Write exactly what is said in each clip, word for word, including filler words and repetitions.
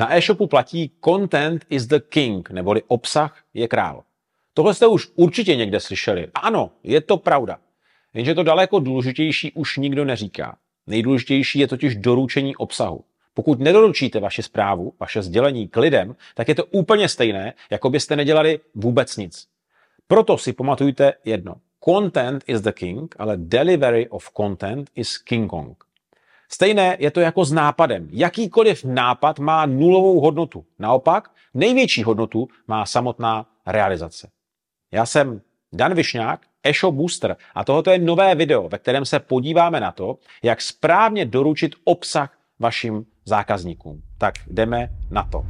Na e-shopu platí content is the king, neboli obsah je král. Tohle jste už určitě někde slyšeli. Ano, je to pravda. Jenže to daleko důležitější už nikdo neříká. Nejdůležitější je totiž doručení obsahu. Pokud nedoručíte vaši zprávu, vaše sdělení k lidem, tak je to úplně stejné, jako byste nedělali vůbec nic. Proto si pamatujte jedno. Content is the king, ale delivery of content is King Kong. Stejné je to jako s nápadem. Jakýkoliv nápad má nulovou hodnotu. Naopak, největší hodnotu má samotná realizace. Já jsem Dan Višňák, e-shop booster, a tohoto je nové video, ve kterém se podíváme na to, jak správně doručit obsah vašim zákazníkům. Tak jdeme na to.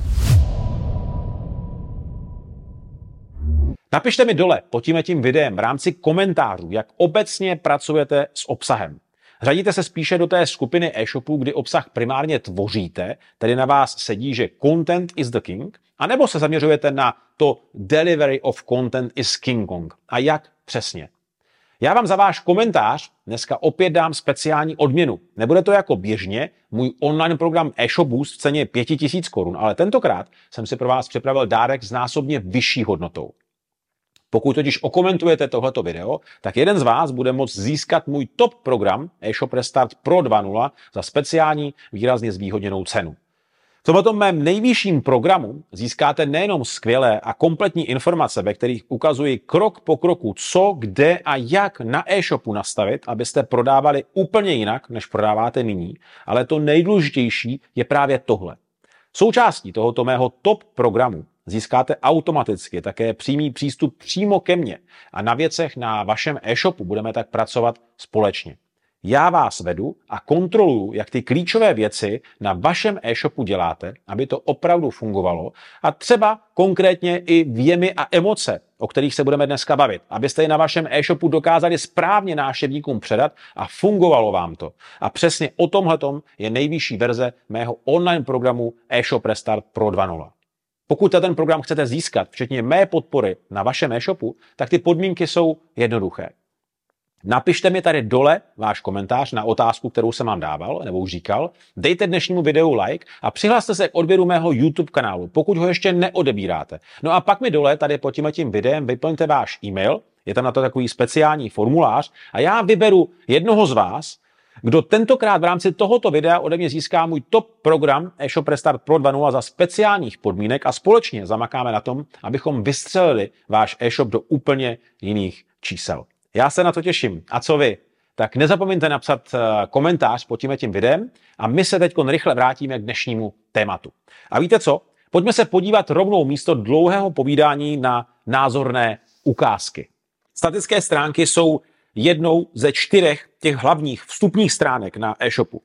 Napište mi dole pod tím videem v rámci komentářů, jak obecně pracujete s obsahem. Řadíte se spíše do té skupiny e-shopů, kdy obsah primárně tvoříte, tedy na vás sedí, že content is the king, anebo se zaměřujete na to delivery of content is King Kong. A jak přesně? Já vám za váš komentář dneska opět dám speciální odměnu. Nebude to jako běžně můj online program e-shop boost v ceně pět tisíc korun, ale tentokrát jsem si pro vás připravil dárek s násobně vyšší hodnotou. Pokud totiž okomentujete tohleto video, tak jeden z vás bude moct získat můj top program e-shop Restart Pro dva tečka nula za speciální výrazně zvýhodněnou cenu. V tomto mém nejvyšším programu získáte nejenom skvělé a kompletní informace, ve kterých ukazuji krok po kroku, co, kde a jak na e-shopu nastavit, abyste prodávali úplně jinak, než prodáváte nyní, ale to nejdůležitější je právě tohle. Součástí tohoto mého top programu získáte automaticky také přímý přístup přímo ke mně a na věcech na vašem e-shopu budeme tak pracovat společně. Já vás vedu a kontroluju, jak ty klíčové věci na vašem e-shopu děláte, aby to opravdu fungovalo a třeba konkrétně i věmy a emoce, o kterých se budeme dneska bavit, abyste je na vašem e-shopu dokázali správně návštěvníkům předat a fungovalo vám to. A přesně o tomhletom je nejvyšší verze mého online programu e-shop Restart Pro dva tečka nula. Pokud ten program chcete získat, včetně mé podpory na vašem e-shopu, tak ty podmínky jsou jednoduché. Napište mi tady dole váš komentář na otázku, kterou jsem vám dával, nebo už říkal. Dejte dnešnímu videu like a přihlaste se k odběru mého YouTube kanálu, pokud ho ještě neodebíráte. No a pak mi dole tady pod tím videem vyplňte váš e-mail, je tam na to takový speciální formulář a já vyberu jednoho z vás, kdo tentokrát v rámci tohoto videa ode mě získá můj top program e-shop Restart Pro dva tečka nula za speciálních podmínek a společně zamakáme na tom, abychom vystřelili váš e-shop do úplně jiných čísel. Já se na to těším. A co vy? Tak nezapomeňte napsat komentář pod tím videem a my se teď rychle vrátíme k dnešnímu tématu. A víte co? Pojďme se podívat rovnou místo dlouhého povídání na názorné ukázky. Statické stránky jsou jednou ze čtyřech těch hlavních vstupních stránek na e-shopu.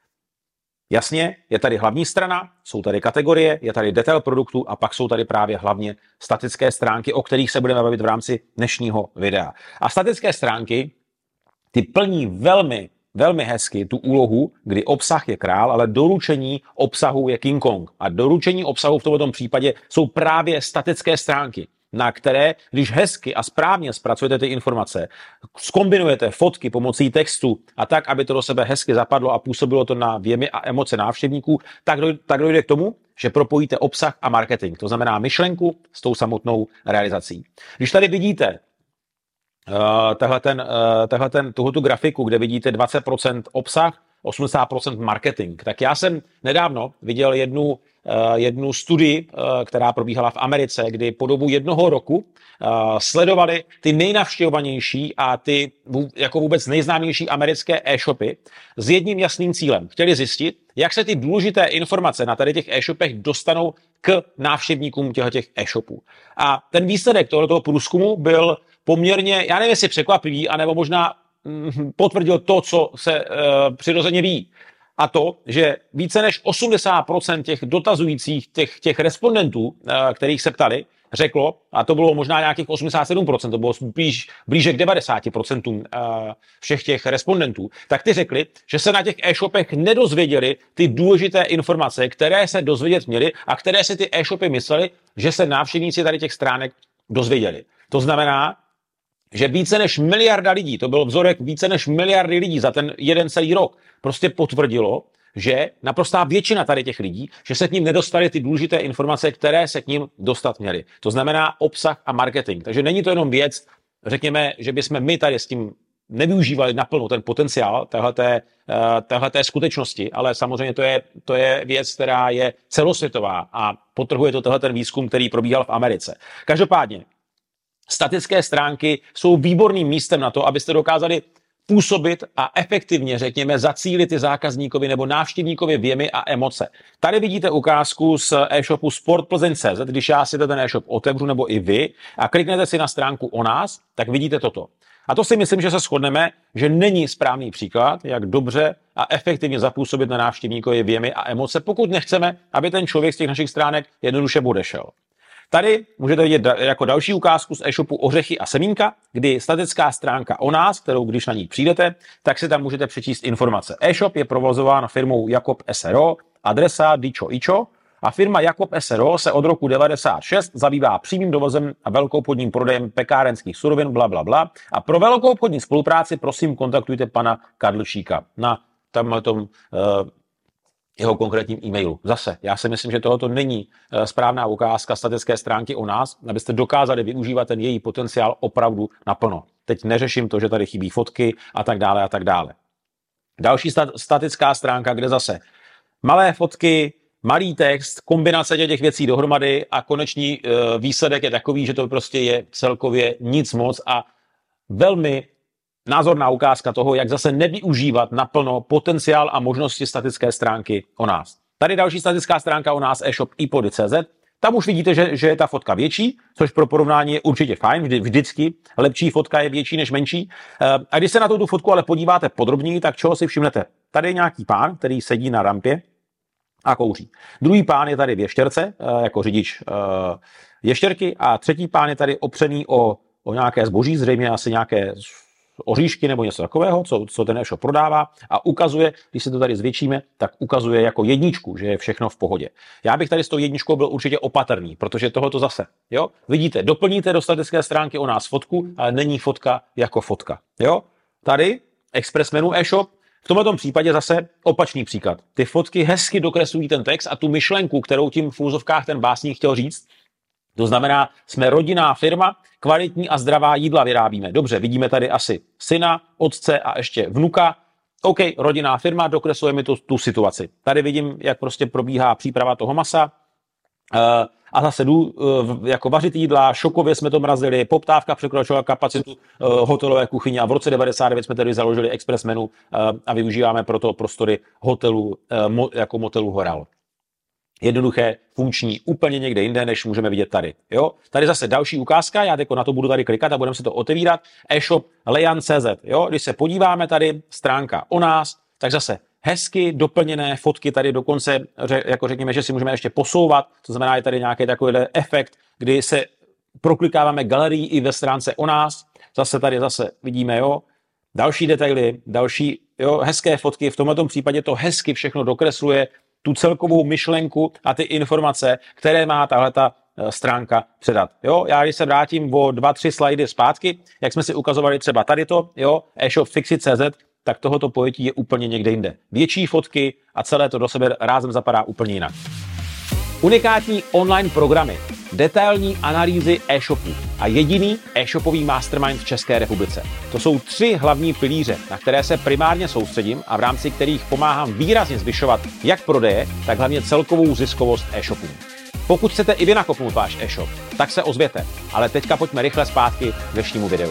Jasně, je tady hlavní strana, jsou tady kategorie, je tady detail produktu a pak jsou tady právě hlavně statické stránky, o kterých se budeme bavit v rámci dnešního videa. A statické stránky, ty plní velmi, velmi hezky tu úlohu, kdy obsah je král, ale doručení obsahu je King Kong. A doručení obsahu v tomto případě jsou právě statické stránky, na které, když hezky a správně zpracujete ty informace, zkombinujete fotky pomocí textu a tak, aby to do sebe hezky zapadlo a působilo to na věmy a emoce návštěvníků, tak dojde, tak dojde k tomu, že propojíte obsah a marketing. To znamená myšlenku s tou samotnou realizací. Když tady vidíte uh, tehle ten, uh, tehle ten, tuhletu grafiku, kde vidíte dvacet procent obsah, osmdesát procent marketing, tak já jsem nedávno viděl jednu jednu studii, která probíhala v Americe, kdy po dobu jednoho roku sledovali ty nejnavštěvovanější a ty jako vůbec nejznámější americké e-shopy s jedním jasným cílem. Chtěli zjistit, jak se ty důležité informace na tady těch e-shopech dostanou k návštěvníkům těch e-shopů. A ten výsledek tohoto průzkumu byl poměrně, já nevím, jestli překvapivý, anebo možná mm, potvrdil to, co se uh, přirozeně ví. A to, že více než osmdesát procent těch dotazujících, těch, těch respondentů, kterých se ptali, řeklo, a to bylo možná nějakých osmdesát sedm procent, to bylo blíž, blíže k devadesát procent všech těch respondentů, tak ty řekli, že se na těch e-shopech nedozvěděli ty důležité informace, které se dozvědět měli a které si ty e-shopy mysleli, že se návštěvníci tady těch stránek dozvěděli. To znamená, že více než miliarda lidí, to byl vzorek více než miliardy lidí za ten jeden celý rok, prostě potvrdilo, že naprostá většina tady těch lidí, že se k ním nedostaly ty důležité informace, které se k ním dostat měly. To znamená obsah a marketing. Takže není to jenom věc, řekněme, že bychom my tady s tím nevyužívali naplno ten potenciál téhleté, téhleté skutečnosti, ale samozřejmě to je, to je věc, která je celosvětová a podtrhuje to tenhle ten výzkum, který probíhal v Americe. Každopádně, statické stránky jsou výborným místem na to, abyste dokázali působit a efektivně, řekněme, zacílit ty zákazníkovi nebo návštěvníkovi věmy a emoce. Tady vidíte ukázku z e-shopu sport plzeň tečka cé zet, když já si ten e-shop otevřu nebo i vy a kliknete si na stránku o nás, tak vidíte toto. A to si myslím, že se shodneme, že není správný příklad, jak dobře a efektivně zapůsobit na návštěvníkovi věmy a emoce, pokud nechceme, aby ten člověk z těch našich stránek jednoduše odešel. Tady můžete vidět jako další ukázku z e-shopu Ořechy a semínka, kdy statická stránka o nás, kterou když na ní přijdete, tak si tam můžete přečíst informace. E-shop je provozován firmou Jakob es er o, adresa Dičo Ičo a firma Jakob es er o se od roku devadesát šest zabývá přímým dovozem a velkoobchodním prodejem pekárenských surovin, bla, bla, bla. A pro velkoobchodní spolupráci prosím kontaktujte pana Kadlčíka na tomhletom uh, jeho konkrétním e-mailu. Zase, já si myslím, že tohoto není správná ukázka statické stránky o nás, abyste dokázali využívat ten její potenciál opravdu naplno. Teď neřeším to, že tady chybí fotky a tak dále a tak dále. Další stat- statická stránka, kde zase malé fotky, malý text, kombinace těch věcí dohromady a konečný uh, výsledek je takový, že to prostě je celkově nic moc a velmi názorná ukázka toho, jak zase nevyužívat naplno potenciál a možnosti statické stránky o nás. Tady další statická stránka o nás, e-shop ipody tečka cé zet. Tam už vidíte, že, že je ta fotka větší, což pro porovnání je určitě fajn, vždy, vždycky lepší fotka je větší než menší. A když se na tu fotku ale podíváte podrobněji, tak čeho si všimnete? Tady je nějaký pán, který sedí na rampě a kouří. Druhý pán je tady v ještěrce, jako řidič ještěrky a třetí pán je tady opřený o, o nějaké zboží, zřejmě asi nějaké oříšky nebo něco takového, co, co ten e-shop prodává a ukazuje, když si to tady zvětšíme, tak ukazuje jako jedničku, že je všechno v pohodě. Já bych tady s tou jedničkou byl určitě opatrný, protože tohoto zase, jo, vidíte, doplníte do statické stránky o nás fotku, ale není fotka jako fotka, jo. Tady Express menu e-shop, v tomto případě zase opačný příklad. Ty fotky hezky dokreslují ten text a tu myšlenku, kterou tím v úzovkách ten básník chtěl říct. To znamená, jsme rodinná firma, kvalitní a zdravá jídla vyrábíme. Dobře, vidíme tady asi syna, otce a ještě vnuka. OK, rodinná firma, dokreslujeme tu, tu situaci. Tady vidím, jak prostě probíhá příprava toho masa. Uh, a zase jdu uh, jako vařit jídla, šokově jsme to mrazili, poptávka překročila kapacitu uh, hotelové kuchyně a v roce devadesát devět jsme tedy založili Express menu uh, a využíváme proto prostory hotelu uh, mo, jako motelu Horal. Jednoduché, funkční, úplně někde jinde, než můžeme vidět tady. Jo? Tady zase další ukázka, já na to budu tady klikat a budeme si to otevírat. E-shop lejan tečka cé zet. Jo? Když se podíváme tady, stránka o nás, tak zase hezky doplněné fotky tady dokonce, jako řekněme, že si můžeme ještě posouvat, to znamená, je tady nějaký takovýhle efekt, kdy se proklikáváme galerii i ve stránce o nás. Zase tady zase vidíme, jo, další detaily, další jo, hezké fotky. V tomto případě to hezky všechno dokresluje tu celkovou myšlenku a ty informace, které má tahleta stránka předat. Jo, já když se vrátím o dva, tři slajdy zpátky, jak jsme si ukazovali třeba tady to, jo, e-shop fixit tečka cé zet, tak tohoto pojetí je úplně někde jinde. Větší fotky a celé to do sebe rázem zapadá úplně jinak. Unikátní online programy, detailní analýzy e-shopů a jediný e-shopový mastermind v České republice. To jsou tři hlavní pilíře, na které se primárně soustředím a v rámci kterých pomáhám výrazně zvyšovat jak prodeje, tak hlavně celkovou ziskovost e-shopů. Pokud chcete i vy nakopnout váš e-shop, tak se ozvěte, ale teďka pojďme rychle zpátky k dnešnímu videu.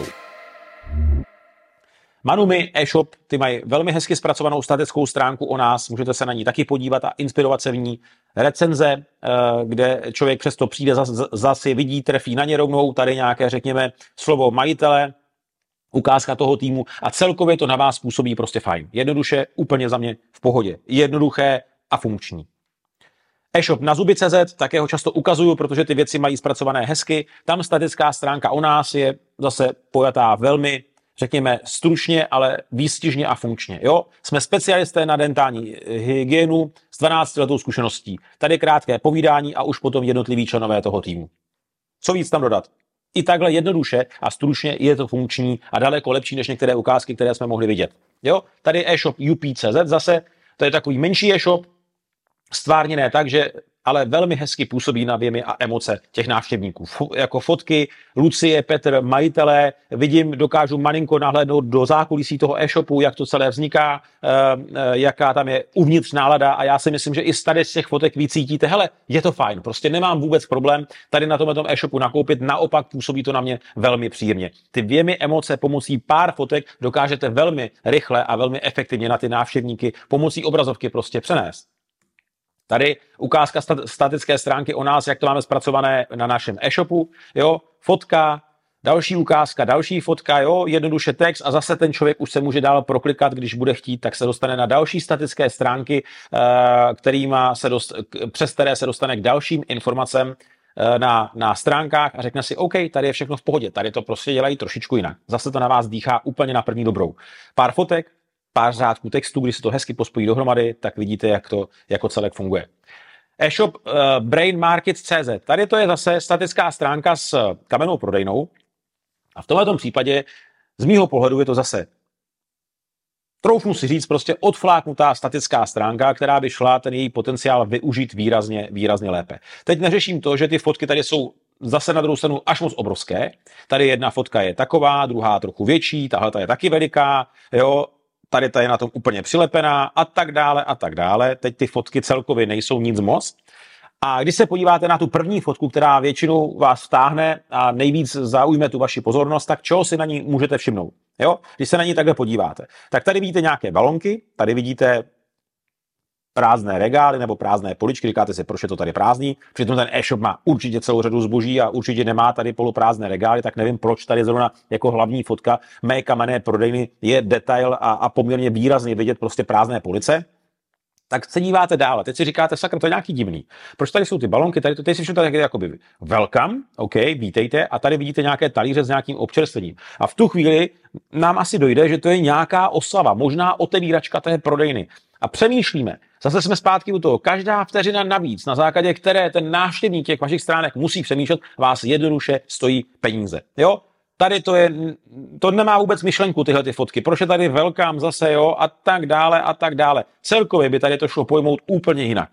Manumi e-shop, ty mají velmi hezky zpracovanou statickou stránku o nás, můžete se na ní taky podívat a inspirovat se v ní. Recenze, kde člověk přesto přijde, zase vidí, trefí na ně rovnou, tady nějaké, řekněme, slovo majitele, ukázka toho týmu a celkově to na vás působí prostě fajn. Jednoduše, úplně za mě v pohodě. Jednoduché a funkční. E-shop na zuby tečka cé zet, také ho často ukazuju, protože ty věci mají zpracované hezky. Tam statická stránka o nás je zase pojatá velmi, řekněme, stručně, ale výstižně a funkčně. Jo? Jsme specialisté na dentální hygienu s dvanáctiletou zkušeností. Tady krátké povídání a už potom jednotliví členové toho týmu. Co víc tam dodat? I takhle jednoduše a stručně je to funkční a daleko lepší než některé ukázky, které jsme mohli vidět. Jo? Tady e-shop U P tečka cé zet zase To je takový menší e-shop, stvárněné tak, že ale velmi hezky působí na věmy a emoce těch návštěvníků. F- jako fotky, Lucie, Petr, majitelé, vidím, dokážu malinko nahlédnout do zákulisí toho e-shopu, jak to celé vzniká, e, e, jaká tam je uvnitř nálada a já si myslím, že i tady z těch fotek vy cítíte, hele, je to fajn, prostě nemám vůbec problém tady na tomhle e-shopu nakoupit, naopak působí to na mě velmi příjemně. Ty věmy, emoce pomocí pár fotek dokážete velmi rychle a velmi efektivně na ty návštěvníky pomocí obrazovky prostě přenést. Tady ukázka statické stránky o nás, jak to máme zpracované na našem e-shopu, jo, fotka, další ukázka, další fotka, jo, jednoduše text a zase ten člověk už se může dál proklikat, když bude chtít, tak se dostane na další statické stránky, kterýma se dost, přes které se dostane k dalším informacím na, na stránkách a řekne si, OK, tady je všechno v pohodě, tady to prostě dělají trošičku jinak. Zase to na vás dýchá úplně na první dobrou. Pár fotek, pár řádků textu, když se to hezky pospojí dohromady, tak vidíte, jak to jako celek funguje. E-shop uh, brain markets tečka cé zet. Tady to je zase statická stránka s kamennou prodejnou. A v tomto případě z mýho pohledu je to zase, troufnu si říct, prostě odfláknutá statická stránka, která by šla ten její potenciál využít výrazně, výrazně lépe. Teď neřeším to, že ty fotky tady jsou zase na druhou stranu až moc obrovské. Tady jedna fotka je taková, druhá trochu větší, tahle ta je taky veliká, jo. Tady ta je na tom úplně přilepená a tak dále a tak dále. Teď ty fotky celkově nejsou nic moc. A když se podíváte na tu první fotku, která většinou vás vtáhne a nejvíc zaujme tu vaši pozornost, tak čeho si na ní můžete všimnout? Jo? Když se na ní takhle podíváte, tak tady vidíte nějaké balonky, tady vidíte prázdné regály nebo prázdné poličky, říkáte si, proč je to tady prázdný, přitom ten e-shop má určitě celou řadu zboží a určitě nemá tady poloprázdné regály, tak nevím, proč tady zrovna jako hlavní fotka mé kamenné prodejny je detail a, a poměrně výrazně vidět prostě prázdné police. Tak se díváte dále. Teď si říkáte, sakra, to je nějaký divný. Proč tady jsou ty balonky? Tady, to, tady si všechno tady jakoby welcome, OK, vítejte, a tady vidíte nějaké talíře s nějakým občerstvením. A v tu chvíli nám asi dojde, že to je nějaká oslava, možná otevíračka té prodejny. A přemýšlíme. Zase jsme zpátky u toho. Každá vteřina navíc, na základě které ten návštěvník těch vašich stránek musí přemýšlet, vás jednoduše stojí peníze. Jo? Tady to je, to nemá vůbec myšlenku, tyhle ty fotky. Proč je tady welcome zase, jo, a tak dále, a tak dále. Celkově by tady to šlo pojmout úplně jinak.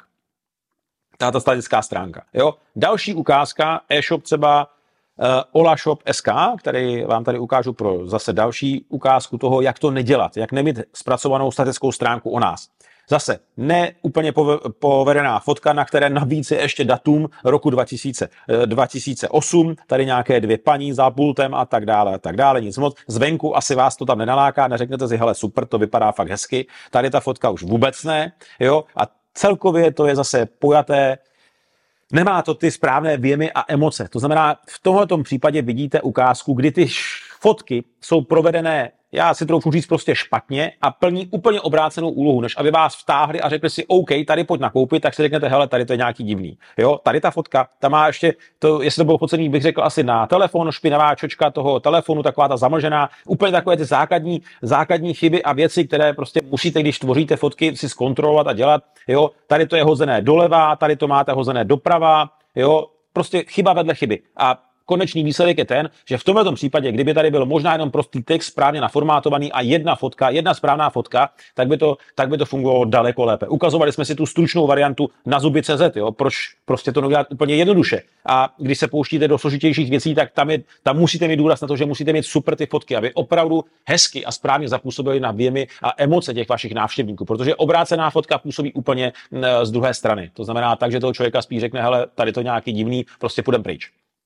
Tato statická stránka, jo. Další ukázka, e-shop třeba uh, olashop tečka es ká, který vám tady ukážu pro zase další ukázku toho, jak to nedělat, jak nemít zpracovanou statickou stránku o nás. Zase ne úplně povedená fotka, na které navíc je ještě datum roku dva tisíce, dva tisíce osm, tady nějaké dvě paní za pultem a tak dále, a tak dále, nic moc. Zvenku asi vás to tam nenaláká, neřeknete si, hele, super, to vypadá fakt hezky. Tady ta fotka už vůbec ne, jo, a celkově to je zase pojaté, nemá to ty správné věmy a emoce. To znamená, v tomhletom případě vidíte ukázku, kdy ty fotky jsou provedené, já si trochu říct, prostě špatně a plní úplně obrácenou úlohu, než aby vás vtáhli a řekli si, OK, tady pojď nakoupit, tak si řeknete, hele, tady to je nějaký divný. Jo, tady ta fotka, ta má ještě, to, jestli to bylo focený, bych řekl asi na telefon, špinavá čočka toho telefonu, taková ta zamlžená, úplně takové ty základní, základní chyby a věci, které prostě musíte, když tvoříte fotky, si zkontrolovat a dělat. Jo, tady to je hozené doleva, tady to máte hozené doprava, jo, prostě chyba vedle chyby. A konečný výsledek je ten, že v tomto případě, kdyby tady byl možná jenom prostý text správně naformátovaný a jedna fotka, jedna správná fotka, tak by to, tak by to fungovalo daleko lépe. Ukazovali jsme si tu stručnou variantu na zuby tečka cé zet, jo? Proč prostě to neudělat úplně jednoduše. A když se pouštíte do složitějších věcí, tak tam, je, tam musíte mít důraz na to, že musíte mít super ty fotky, aby opravdu hezky a správně zapůsobily na věmy a emoce těch vašich návštěvníků, protože obrácená fotka působí úplně z druhé strany. To znamená tak, že toho člověka spíš řekne, hele, tady to nějaký divný, prostě půjdem pryč.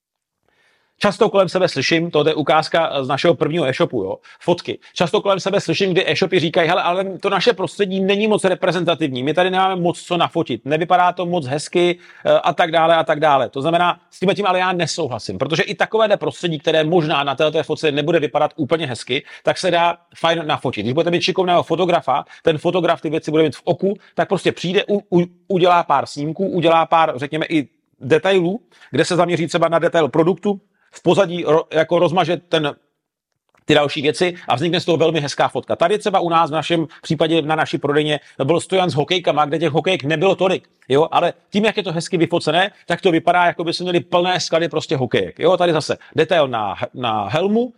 Často kolem sebe slyším, to je ukázka z našeho prvního e-shopu, jo, fotky. Často kolem sebe slyším, kdy e-shopy říkají, hele, ale to naše prostředí není moc reprezentativní, my tady nemáme moc co nafotit, nevypadá to moc hezky a tak dále a tak dále. To znamená, s tím tím ale já nesouhlasím, protože i takovéhle prostředí, které možná na této fotce nebude vypadat úplně hezky, tak se dá fajn nafotit. Když budete mít šikovného fotografa, ten fotograf ty věci bude mít v oku, tak prostě přijde, u, u, udělá pár snímků, udělá pár, řekněme, i detailů, kde se zaměří třeba na detail produktu, v pozadí ro, jako rozmaže ten, ty další věci a vznikne z toho velmi hezká fotka. Tady třeba u nás v našem případě na naší prodejně byl stojan s hokejkama, kde těch hokejek nebylo tolik, jo, ale tím, jak je to hezky vyfocené, tak to vypadá, jako by se měli plné sklady prostě hokejek. Jo, tady zase detail na, na helmu,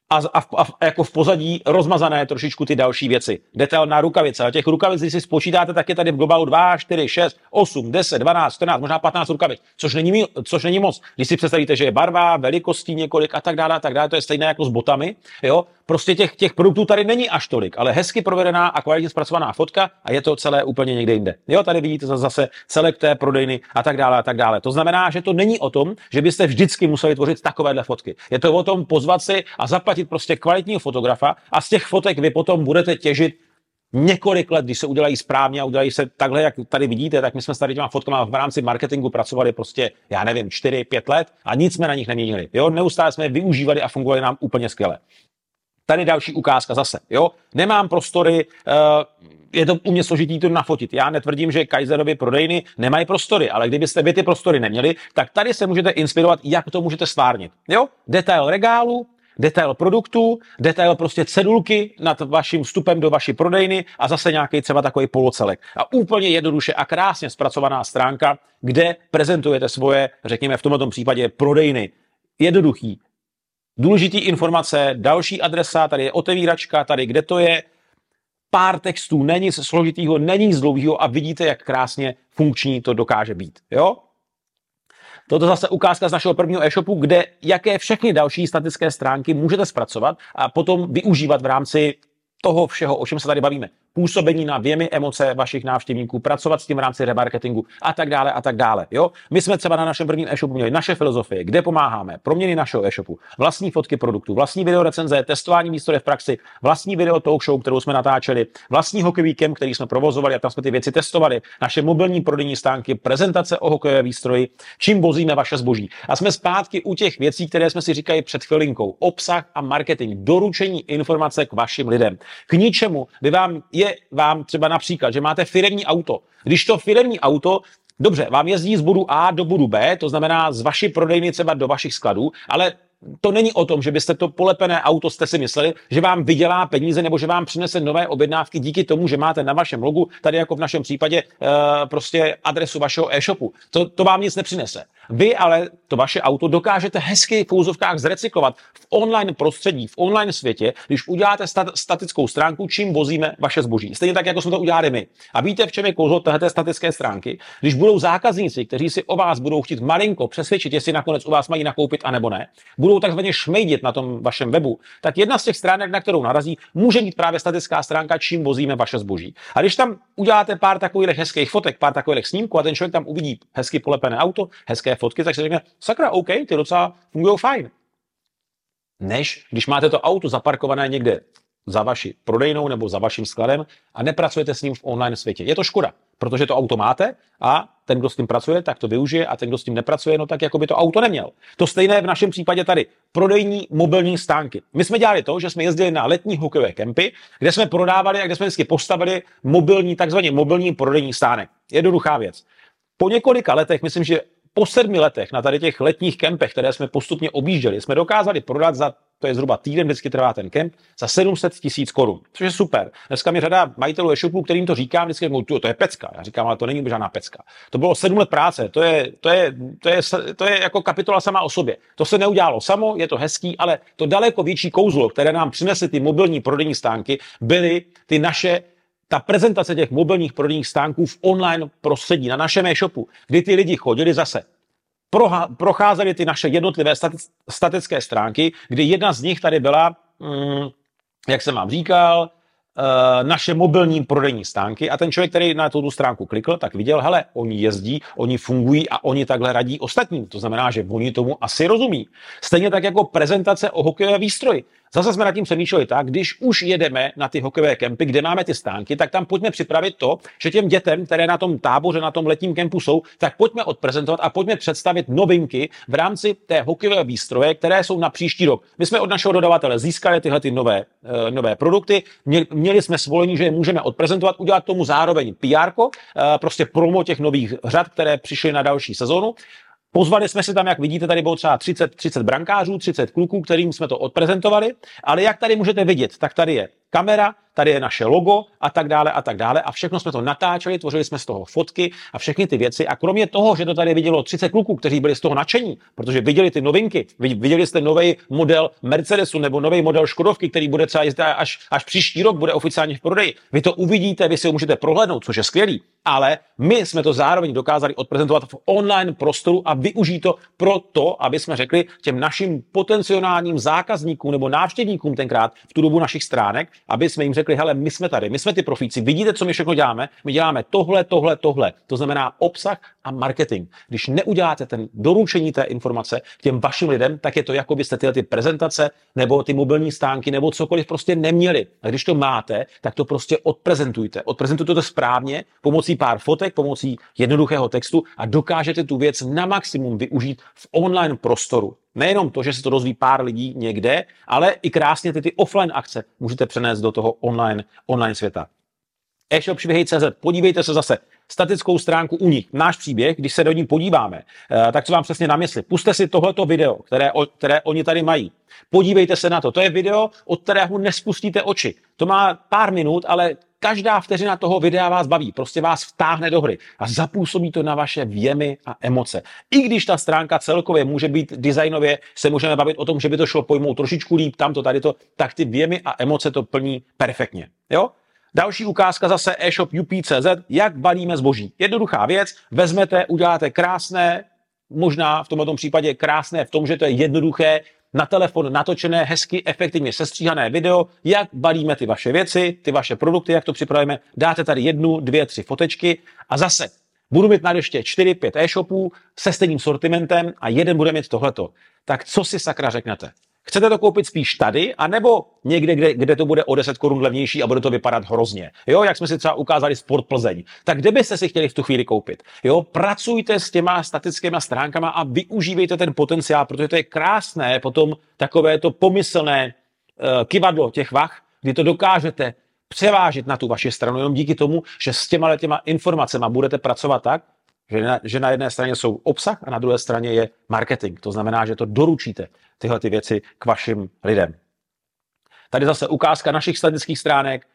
a, a, a jako v pozadí rozmazané trošičku ty další věci. Detail na rukavice. A těch rukavic, když si spočítáte, tak je tady v globálu dva, čtyři, šest, osm, deset, dvanáct, čtrnáct, možná patnáct rukavic, což není, což není moc. Když si představíte, že je barva, velikostí několik a tak dále, a tak dále, to je stejné jako s botami, jo. Prostě těch, těch produktů tady není až tolik, ale hezky provedená a kvalitně zpracovaná fotka a je to celé úplně někde jinde. Jo, tady vidíte zase celek té prodejny a tak dále a tak dále. To znamená, že to není o tom, že byste vždycky museli tvořit takovéhle fotky. Je to o tom pozvat si a zaplatit prostě kvalitního fotografa a z těch fotek vy potom budete těžit několik let, když se udělají správně a udělají se takhle, jak tady vidíte, tak my jsme s tady těma fotkama v rámci marketingu pracovali prostě, já nevím, čtyři pět let a nic jsme na nich neměnili. Jo, neustále jsme je využívali a fungovali nám úplně skvěle. Tady další ukázka zase, jo. Nemám prostory, uh, je to u mě složitý to nafotit. Já netvrdím, že Kaizerovy prodejny nemají prostory, ale kdybyste vy ty prostory neměli, tak tady se můžete inspirovat, jak to můžete stvárnit. Jo, detail regálu, detail produktů, detail prostě cedulky nad vaším vstupem do vaší prodejny a zase nějaký třeba takový polocelek. A úplně jednoduše a krásně zpracovaná stránka, kde prezentujete svoje, řekněme v tomto případě, prodejny. Jednoduchý. Důležitý informace, další adresa, tady je otevíračka, tady kde to je, pár textů, není nic složitýho, není nic dlouhého a vidíte, jak krásně funkční to dokáže být. Jo? Toto zase ukázka z našeho prvního e-shopu, kde jaké všechny další statické stránky můžete zpracovat a potom využívat v rámci toho všeho, o čem se tady bavíme. Působení na věmy emoce vašich návštěvníků, pracovat s tím v rámci remarketingu a tak dále a tak dále. Jo? My jsme třeba na našem prvním e-shopu měli naše filozofie, kde pomáháme, proměny našeho e-shopu, vlastní fotky produktů, vlastní video recenze, testování výstroje v praxi, vlastní video talk show, kterou jsme natáčeli, vlastní hokejový kemp, který jsme provozovali a tam jsme ty věci testovali, naše mobilní prodejní stánky, prezentace o hokejové výstroji, čím vozíme vaše zboží. A jsme zpátky u těch věcí, které jsme si říkali před chvilinkou. Obsah a marketing, doručení informace k vašim lidem. K ničemu by vám je vám třeba například, že máte firemní auto. Když to firemní auto, dobře, vám jezdí z bodu A do bodu B, to znamená z vaší prodejny třeba do vašich skladů, ale to není o tom, že byste to polepené auto jste si mysleli, že vám vydělá peníze nebo že vám přinese nové objednávky díky tomu, že máte na vašem logu, tady jako v našem případě, e, prostě adresu vašeho e-shopu. To, to vám nic nepřinese. Vy ale to vaše auto dokážete hezky v úzovkách zrecyklovat v online prostředí, v online světě, když uděláte stat, statickou stránku, čím vozíme vaše zboží. Stejně tak, jako jsme to udělali my. A víte, v čem je kouzlo této statické stránky? Když budou zákazníci, kteří si o vás budou chtít malinko přesvědčit, jestli nakonec u vás mají nakoupit a nebo ne, budou takzvaně šmejdit na tom vašem webu, tak jedna z těch stránek, na kterou narazí, může být právě statická stránka, čím vozíme vaše zboží. A když tam uděláte pár takových hezkých fotek, pár takových snímků a ten člověk tam uvidí hezky polepené auto, hezké fotky, tak se řekne, sakra, OK, ty docela fungují fajn. Než když máte to auto zaparkované někde za vaši prodejnou nebo za vaším skladem a nepracujete s ním v online světě. Je to škoda, protože to auto máte a ten, kdo s tím pracuje, tak to využije a ten, kdo s tím nepracuje, no tak jako by to auto neměl. To stejné v našem případě tady. Prodejní mobilní stánky. My jsme dělali to, že jsme jezdili na letní hokejové kempy, kde jsme prodávali a kde jsme vždycky postavili mobilní, takzvaně mobilní prodejní stánek. Jednoduchá věc. Po několika letech, myslím, že po sedmi letech na tady těch letních kempech, které jsme postupně objížděli, jsme dokázali prodat za, to je zhruba týden, vždycky trvá ten kemp, za sedm set tisíc korun, což je super. Dneska mi řada majitelů e-shopů, kterým to říkám, vždycky říkají, to je pecka. Já říkám, ale to není žádná pecka. To bylo sedm let práce, to je, to je, to je, to je jako kapitola sama o sobě. To se neudělalo samo, je to hezký, ale to daleko větší kouzlo, které nám přinesly ty mobilní prodejní stánky, byly ty naše ta prezentace těch mobilních prodejních stánků v online prostředí na našem e-shopu, kdy ty lidi chodili zase, procházeli ty naše jednotlivé statické stránky, kdy jedna z nich tady byla, mm, jak jsem vám říkal, uh, naše mobilní prodejní stánky a ten člověk, který na tu stránku klikl, tak viděl, hele, oni jezdí, oni fungují a oni takhle radí ostatním. To znamená, že oni tomu asi rozumí. Stejně tak jako prezentace o hokejové výstroji. Zase jsme nad tím přemýšleli tak, když už jedeme na ty hokejové kempy, kde máme ty stánky, tak tam pojďme připravit to, že těm dětem, které na tom táboře, na tom letním kempu jsou, tak pojďme odprezentovat a pojďme představit novinky v rámci té hokejové výstroje, které jsou na příští rok. My jsme od našeho dodavatele získali tyhle ty nové, uh, nové produkty, měli, měli jsme svolení, že je můžeme odprezentovat, udělat tomu zároveň P R ko, uh, prostě promo těch nových řad, které přišly na další sezónu. Pozvali jsme si tam, jak vidíte, tady bylo třeba třicet, třicet brankářů, třicet kluků, kterým jsme to odprezentovali, ale jak tady můžete vidět, tak tady je kamera, tady je naše logo a tak dále a tak dále a všechno jsme to natáčeli, tvořili jsme z toho fotky a všechny ty věci a kromě toho, že to tady vidělo třicet kluků, kteří byli z toho nadšení, protože viděli ty novinky, viděli jste nový model Mercedesu nebo nový model Škodovky, který bude třeba jezdit až, až příští rok, bude oficiálně v prodeji. Vy to uvidíte, vy si ho můžete prohlédnout, což je skvělý, ale my jsme to zároveň dokázali odprezentovat v online prostoru a využít to pro to, aby jsme řekli těm našim potenciálním zákazníkům nebo návštěvníkům tenkrát v tu dobu našich stránek, aby jsme jim řekli, hele, my jsme tady, my jsme ty profíci, vidíte, co my všechno děláme, my děláme tohle, tohle, tohle. To znamená obsah a marketing. Když neuděláte ten doručení té informace k těm vašim lidem, tak je to, jako byste tyhle ty prezentace nebo ty mobilní stánky nebo cokoliv prostě neměli. A když to máte, tak to prostě odprezentujte. Odprezentujte to správně pomocí pár fotek, pomocí jednoduchého textu a dokážete tu věc na maximum využít v online prostoru. Nejenom to, že se to dozví pár lidí někde, ale i krásně ty, ty offline akce můžete přenést do toho online, online světa. e-shop příběhy tečka cé zet, podívejte se zase, statickou stránku u nich, náš příběh, když se do ní podíváme, tak co vám přesně na mysli. Puste si tohleto video, které, které oni tady mají. Podívejte se na to. To je video, od kterého nespustíte oči. To má pár minut, ale každá vteřina toho videa vás baví. Prostě vás vtáhne do hry a zapůsobí to na vaše věmy a emoce. I když ta stránka celkově může být designově, se můžeme bavit o tom, že by to šlo pojmout trošičku líp, tamto, tady to, tak ty věmy a emoce to plní perfektně. Jo? Další ukázka zase e-shop U P tečka cé zet, jak balíme zboží. Jednoduchá věc, vezmete, uděláte krásné, možná v tomto případě krásné v tom, že to je jednoduché, na telefon natočené, hezky, efektivně sestříhané video, jak balíme ty vaše věci, ty vaše produkty, jak to připravíme. Dáte tady jednu, dvě, tři fotečky a zase budu mít na ještě čtyři, pět e-shopů se stejným sortimentem a jeden bude mít tohleto. Tak co si sakra řeknete? Chcete to koupit spíš tady, anebo někde, kde, kde to bude o deset korun levnější a bude to vypadat hrozně? Jo, jak jsme si třeba ukázali Sport Plzeň. Tak kde byste si chtěli v tu chvíli koupit? Jo, pracujte s těma statickými stránkama a využívejte ten potenciál, protože to je krásné potom takové to pomyslné uh, kyvadlo těch vah, kdy to dokážete převážit na tu vaši stranu jenom díky tomu, že s těma těma informacemi budete pracovat tak, že na, že na jedné straně jsou obsah a na druhé straně je marketing. To znamená, že to doručíte tyhle ty věci k vašim lidem. Tady zase ukázka našich statických stránek.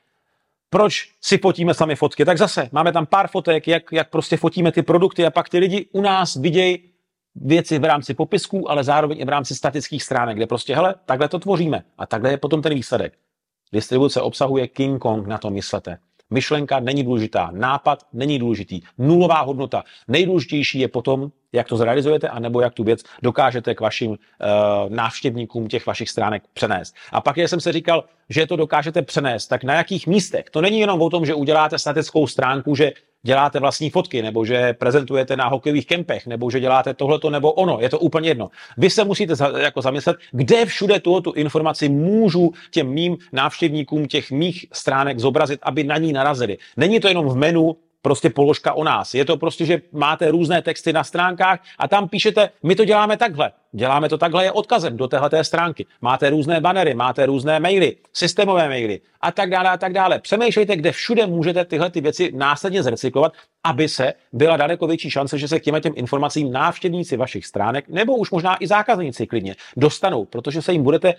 Proč si fotíme sami fotky? Tak zase máme tam pár fotek, jak, jak prostě fotíme ty produkty a pak ty lidi u nás vidějí věci v rámci popisků, ale zároveň i v rámci statických stránek, kde prostě, hele, takhle to tvoříme a takhle je potom ten výsledek. Distribuce obsahu je King Kong, na to myslete. Myšlenka není důležitá, nápad není důležitý, nulová hodnota. Nejdůležitější je potom, jak to zrealizujete, anebo jak tu věc dokážete k vašim uh, návštěvníkům těch vašich stránek přenést. A pak, když jsem se říkal, že to dokážete přenést, tak na jakých místech? To není jenom o tom, že uděláte statickou stránku, že děláte vlastní fotky, nebo že prezentujete na hokejových kempech, nebo že děláte tohleto nebo ono. Je to úplně jedno. Vy se musíte za, jako zamyslet, kde všude tu informaci můžu těm mým návštěvníkům těch mých stránek zobrazit, aby na ní narazili. Není to jenom v menu, prostě položka o nás. Je to prostě, že máte různé texty na stránkách a tam píšete, my to děláme takhle. Děláme to takhle je odkazem do téhleté stránky. Máte různé bannery, máte různé maily, systémové maily a tak dále a tak dále. Přemýšlejte, kde všude můžete tyhle ty věci následně zrecyklovat, aby se byla daleko větší šance, že se k těm těm informacím návštěvníci vašich stránek nebo už možná i zákazníci klidně dostanou, protože se jim budete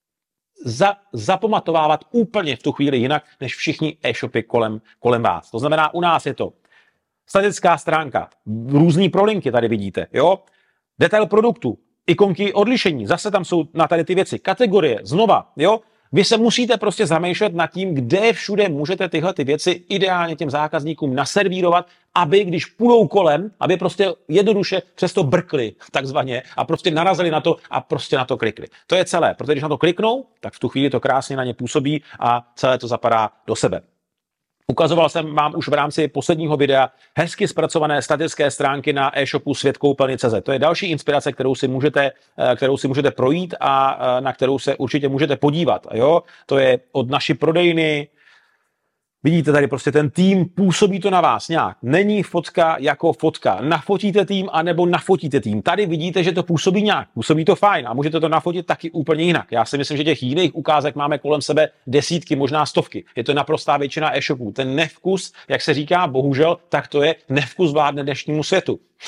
Za, zapamatovávat úplně v tu chvíli jinak, než všichni e-shopy kolem, kolem vás. To znamená, u nás je to statická stránka, různý prolinky tady vidíte, jo? Detail produktu, ikonky odlišení, zase tam jsou na tady ty věci, kategorie, znova, jo? Vy se musíte prostě zamýšlet nad tím, kde všude můžete tyhle ty věci ideálně těm zákazníkům naservírovat, aby když půjdou kolem, aby prostě jednoduše přesto brkli takzvaně a prostě narazili na to a prostě na to klikli. To je celé, protože když na to kliknou, tak v tu chvíli to krásně na ně působí a celé to zapadá do sebe. Ukazoval jsem vám už v rámci posledního videa hezky zpracované statické stránky na e-shopu svět koupelny tečka cé zet. To je další inspirace, kterou si můžete, kterou si můžete projít a na kterou se určitě můžete podívat. Jo? To je od naší prodejny. Vidíte tady prostě ten tým, působí to na vás nějak. Není fotka jako fotka. Nafotíte tým, anebo nafotíte tým. Tady vidíte, že to působí nějak. Působí to fajn a můžete to nafotit taky úplně jinak. Já si myslím, že těch jiných ukázek máme kolem sebe desítky, možná stovky. Je to naprostá většina e-shopů. Ten nevkus, jak se říká, bohužel, tak to je nevkus vládne dnešnímu světu.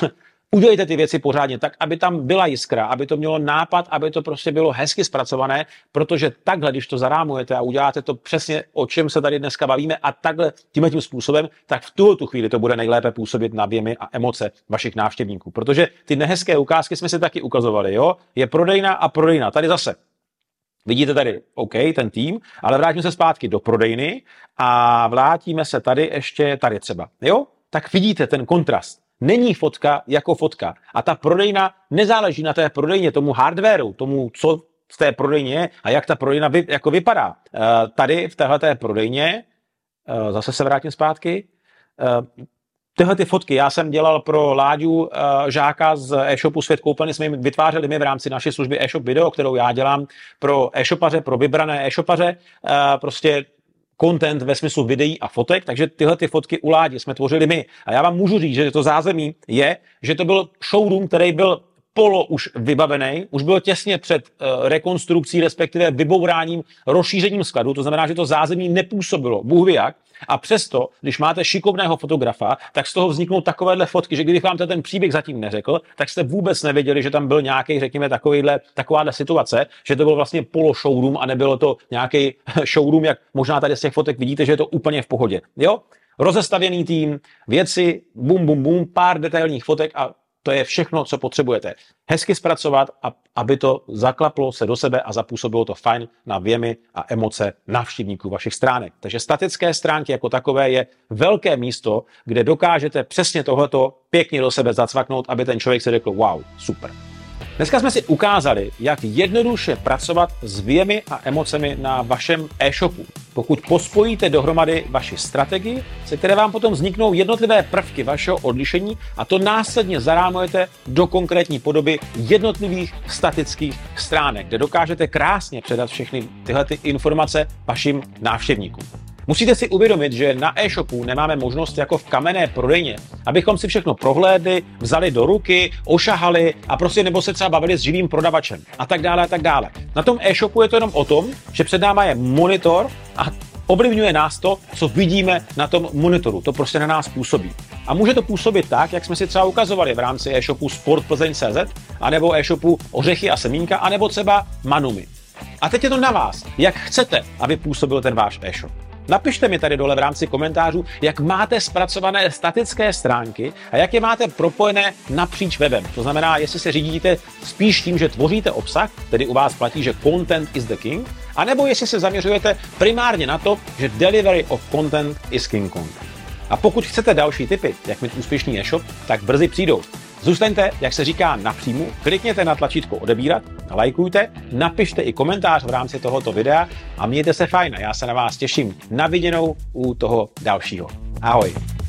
Udělejte ty věci pořádně tak, aby tam byla jiskra, aby to mělo nápad, aby to prostě bylo hezky zpracované, protože takhle, když to zarámujete a uděláte to přesně, o čem se tady dneska bavíme a takhle tímhle tím způsobem, tak v tuhle tu chvíli to bude nejlépe působit na věmy a emoce vašich návštěvníků. Protože ty nehezké ukázky jsme si taky ukazovali, jo? Je prodejna a prodejna. Tady zase. Vidíte tady, OK, ten tým, ale vrátíme se zpátky do prodejny a vrátíme se tady ještě tady třeba, jo? Tak vidíte ten kontrast. Není fotka jako fotka. A ta prodejna nezáleží na té prodejně, tomu hardwareu, tomu, co v té prodejně je a jak ta prodejna vy, jako vypadá. Uh, tady v téhleté prodejně, uh, zase se vrátím zpátky, uh, tyhle ty fotky já jsem dělal pro Láďu uh, Žáka z e-shopu Svět koupelny, jsme jim vytvářeli my v rámci naší služby e-shop video, kterou já dělám pro e-shopaře, pro vybrané e-shopaře, uh, prostě content ve smyslu videí a fotek, takže tyhle ty fotky u Ládi jsme tvořili my. A já vám můžu říct, že to zázemí je, že to byl showroom, který byl polo už vybavený, už byl těsně před uh, rekonstrukcí, respektive vybouráním, rozšířením skladu, to znamená, že to zázemí nepůsobilo, bůh ví jak. A přesto, když máte šikovného fotografa, tak z toho vzniknou takovéhle fotky, že kdybych vám ten příběh zatím neřekl, tak jste vůbec nevěděli, že tam byl nějaký, řekněme, takovýhle, takováhle situace, že to byl vlastně polo showroom a nebylo to nějaký showroom, jak možná tady z těch fotek vidíte, že je to úplně v pohodě. Jo? Rozestavěný tým, věci, bum, bum, bum, pár detailních fotek a to je všechno, co potřebujete. Hezky zpracovat, a aby to zaklaplo se do sebe a zapůsobilo to fajn na věmy a emoce návštěvníků vašich stránek. Takže statické stránky jako takové je velké místo, kde dokážete přesně tohleto pěkně do sebe zacvaknout, aby ten člověk si řekl wow, super. Dneska jsme si ukázali, jak jednoduše pracovat s věmy a emocemi na vašem e-shopu. Pokud pospojíte dohromady vaši strategii, se které vám potom vzniknou jednotlivé prvky vašeho odlišení a to následně zarámujete do konkrétní podoby jednotlivých statických stránek, kde dokážete krásně předat všechny tyhle ty informace vašim návštěvníkům. Musíte si uvědomit, že na e-shopu nemáme možnost jako v kamenné prodejně, abychom si všechno prohlédli, vzali do ruky, ošahali a prostě nebo se třeba bavili s živým prodavačem a tak dále a tak dále. Na tom e-shopu je to jenom o tom, že před náma je monitor a ovlivňuje nás to, co vidíme na tom monitoru. To prostě na nás působí. A může to působit tak, jak jsme si třeba ukazovali v rámci e-shopu sport plzeň tečka cé zet, anebo e-shopu Ořechy a semínka, anebo třeba Manumi. A teď je to na vás, jak chcete, aby působil ten váš e-shop. Napište mi tady dole v rámci komentářů, jak máte zpracované statické stránky a jak je máte propojené napříč webem. To znamená, jestli se řídíte spíš tím, že tvoříte obsah, tedy u vás platí, že content is the king, anebo jestli se zaměřujete primárně na to, že delivery of content is king content. A pokud chcete další tipy, jak mít úspěšný e-shop, tak brzy přijdou. Zůstaňte, jak se říká, napřímo, klikněte na tlačítko odebírat, lajkujte, napište i komentář v rámci tohoto videa a mějte se fajn. Já se na vás těším na viděnou u toho dalšího. Ahoj.